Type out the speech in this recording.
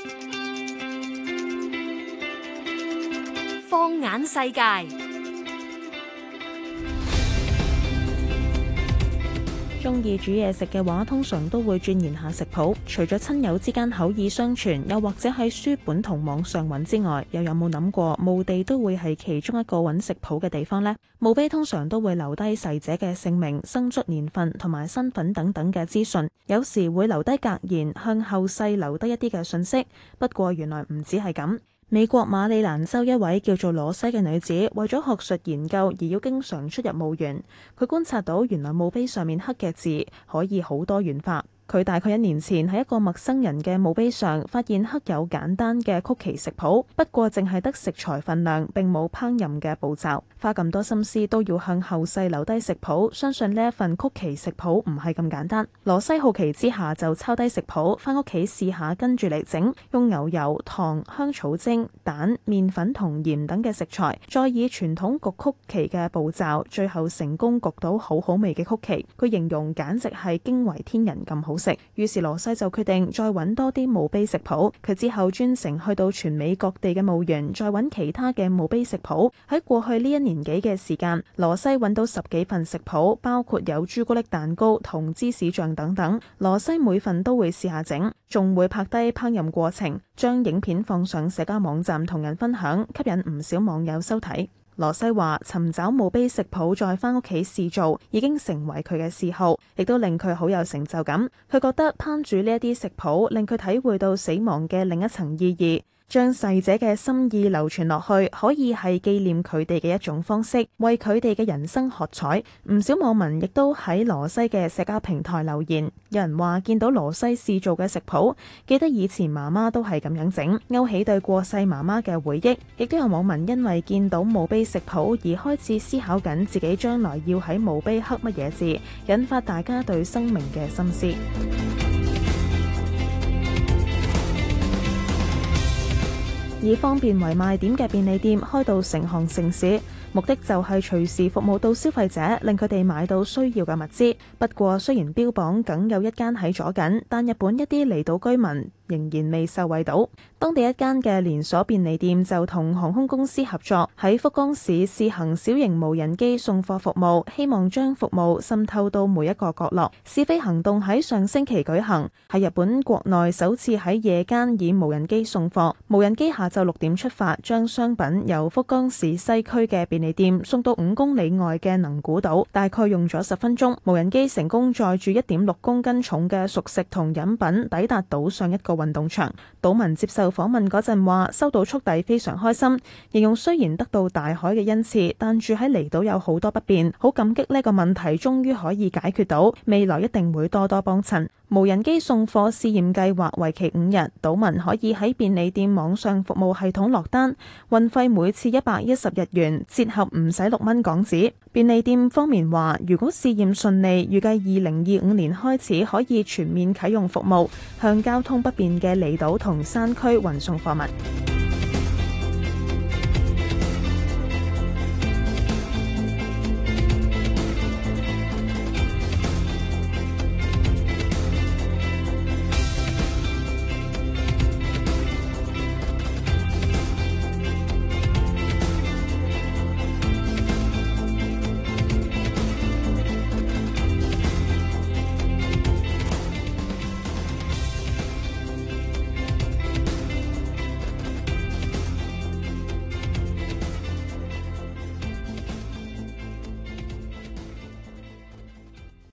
放眼世界。 中意煮嘢食嘅話，通常都會鑽研下食譜。除咗親友之間口耳相傳，又或者喺書本同網上揾之外，又有冇諗過墓地都會係其中一個揾食譜嘅地方呢？墓碑通常都會留低逝者嘅姓名、生卒年份同埋身份等等嘅資訊，有時會留低格言，向後世留低一啲嘅信息。不過原來唔止係咁。美國馬里蘭州一位叫做羅西嘅女子，為咗學術研究而要經常出入墓園。佢觀察到原來墓碑上面刻嘅字可以好多元化。佢大概1年前喺一個陌生人嘅墓碑上發現刻有簡單嘅曲奇食譜，不過淨係得食材份量，並冇烹飪嘅步驟。花咁多心思都要向後世留低食譜，相信呢一份曲奇食譜唔係咁簡單。羅西好奇之下就抄低食譜，返屋企試下跟住嚟整，用牛油、糖、香草精、蛋、麵粉同鹽等嘅食材，再以傳統焗曲奇嘅步驟，最後成功焗到好好味嘅曲奇。佢形容簡直係驚為天人咁好食。於是羅西就決定再揾多啲墓碑食譜。佢之後專程去到全美各地嘅墓園，再揾其他嘅墓碑食譜。喺過去呢1年幾嘅時間，羅西揾到10幾份食譜，包括有朱古力蛋糕同芝士醬等等。羅西每份都會試下整，仲會拍低烹飪過程，將影片放上社交網站同人分享，吸引唔少網友收睇。羅西話尋找墓碑食譜再返屋企試做，已經成為佢嘅嗜好，亦都令佢好有成就感。佢覺得烹煮呢一啲食譜，令佢體會到死亡嘅另一層意義。將逝者嘅心意流傳落去，可以係紀念佢哋嘅一種方式，為佢哋嘅人生喝彩。唔少網民亦都喺羅西嘅社交平台留言，有人話見到羅西試做嘅食譜，記得以前媽媽都係咁樣整，勾起對過世媽媽嘅回憶。亦都有網民因為見到墓碑食譜而開始思考緊自己將來要喺墓碑刻乜嘢字，引發大家對生命嘅深思。以方便為賣點嘅便利店開到成行成市，目的就係隨時服務到消費者，令佢哋買到需要嘅物資。不過雖然標榜梗有一間喺左近，但日本一啲離島居民仍然未受惠到。當地一間嘅連鎖便利店就同航空公司合作，喺福岡市試行小型無人機送貨服務，希望將服務滲透到每一個角落。試飛行動喺上星期舉行，係日本國內首次喺夜間以無人機送貨。無人機下晝6點出發，將商品由福岡市西區嘅便利店送到5公里外嘅能古島，大概用咗10分鐘。無人機成功載住1.6公斤重嘅熟食同飲品抵達島上一個運動場。島民接受訪問嗰陣話，收到速遞非常開心，形容雖然得到大海嘅恩賜，但住喺離島有好多不便，好感激呢個問題終於可以解決到，未來一定會多多幫襯。無人機送貨試驗計劃為期5日，島民可以喺便利店網上服務系統落單，運費每次110日元，折合唔使6蚊港紙。便利店方面話，如果試驗順利，預計2025年開始可以全面啟用服務，向交通不便嘅離島同山區運送貨物。